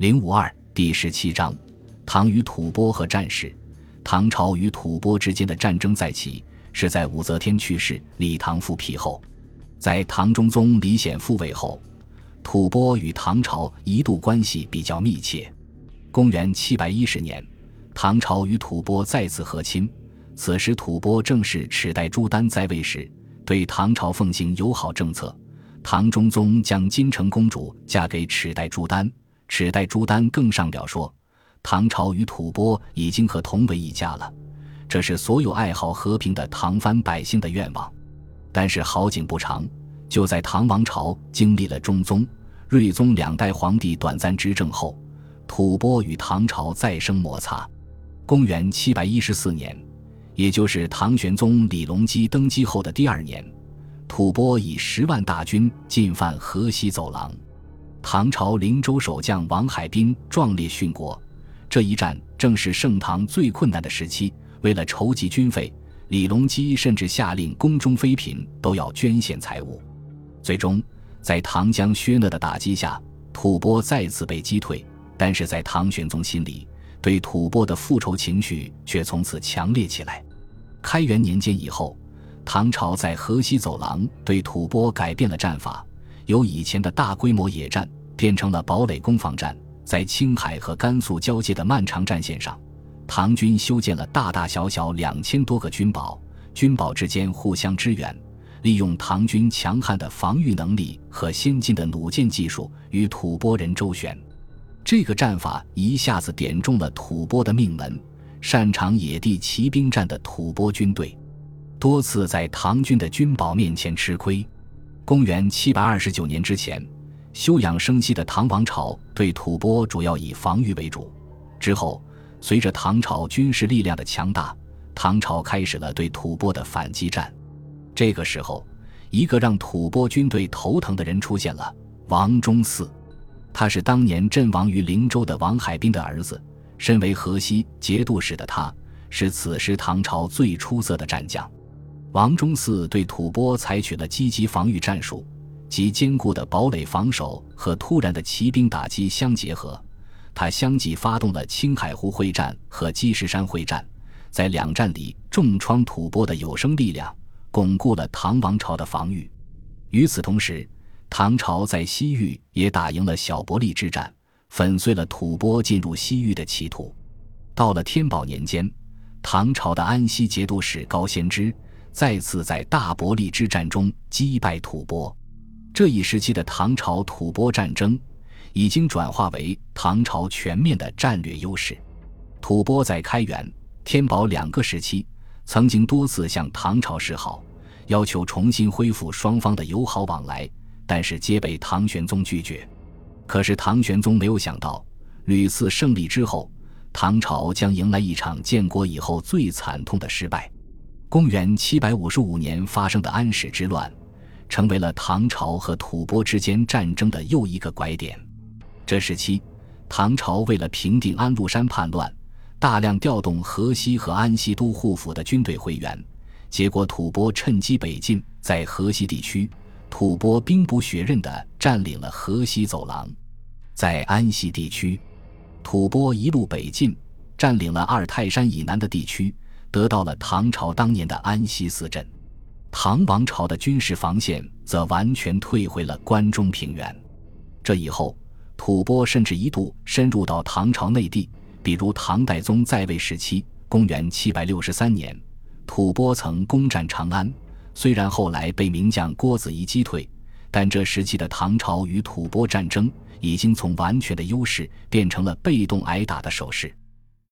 052第17章，唐与吐蕃和战事。唐朝与吐蕃之间的战争再起，是在武则天去世、李唐复辟后。在唐中宗李显复位后，吐蕃与唐朝一度关系比较密切。公元710年，唐朝与吐蕃再次和亲，此时吐蕃正是齿代朱丹在位时，对唐朝奉行友好政策。唐中宗将金城公主嫁给齿代朱丹，齿代朱丹更上表说，唐朝与吐蕃已经和同为一家了，这是所有爱好和平的唐番百姓的愿望。但是好景不长，就在唐王朝经历了中宗、睿宗两代皇帝短暂执政后，吐蕃与唐朝再生摩擦。公元714年，也就是唐玄宗李隆基登基后的第2年，吐蕃以10万大军进犯河西走廊，唐朝灵州守将王海滨壮烈殉国。这一战正是盛唐最困难的时期，为了筹集军费，李隆基甚至下令宫中妃嫔都要捐献财物。最终在唐江薛讷的打击下，吐蕃再次被击退，但是在唐玄宗心里，对吐蕃的复仇情绪却从此强烈起来。开元年间以后，唐朝在河西走廊对吐蕃改变了战法，由以前的大规模野战变成了堡垒攻防战。在青海和甘肃交界的漫长战线上，唐军修建了大大小小2000多个军堡，军堡之间互相支援，利用唐军强悍的防御能力和先进的弩箭技术与吐蕃人周旋。这个战法一下子点中了吐蕃的命门，擅长野地骑兵战的吐蕃军队多次在唐军的军堡面前吃亏。公元729年之前，休养生息的唐王朝对吐蕃主要以防御为主，之后随着唐朝军事力量的强大，唐朝开始了对吐蕃的反击战。这个时候，一个让吐蕃军队头疼的人出现了，王忠嗣。他是当年阵亡于灵州的王海滨的儿子，身为河西节度使的他，是此时唐朝最出色的战将。王忠嗣对吐蕃采取了积极防御战术，及坚固的堡垒防守和突然的骑兵打击相结合，他相继发动了青海湖会战和积石山会战，在两战里重创吐蕃的有生力量，巩固了唐王朝的防御。与此同时，唐朝在西域也打赢了小伯利之战，粉碎了吐蕃进入西域的企图。到了天宝年间，唐朝的安西节度使高仙芝再次在大伯利之战中击败吐蕃。这一时期的唐朝吐蕃战争已经转化为唐朝全面的战略优势。吐蕃在开元、天宝2个时期曾经多次向唐朝示好，要求重新恢复双方的友好往来，但是皆被唐玄宗拒绝。可是唐玄宗没有想到，屡次胜利之后，唐朝将迎来一场建国以后最惨痛的失败。公元755年发生的安史之乱成为了唐朝和吐蕃之间战争的又一个拐点。这时期，唐朝为了平定安禄山叛乱，大量调动河西和安西都护府的军队回援，结果吐蕃趁机北进，在河西地区，吐蕃兵不血刃地占领了河西走廊。在安西地区，吐蕃一路北进，占领了阿尔泰山以南的地区，得到了唐朝当年的安西4镇。唐王朝的军事防线则完全退回了关中平原。这以后，吐蕃甚至一度深入到唐朝内地，比如唐代宗在位时期，公元763年，吐蕃曾攻占长安，虽然后来被名将郭子仪击退，但这时期的唐朝与吐蕃战争已经从完全的优势变成了被动挨打的手势。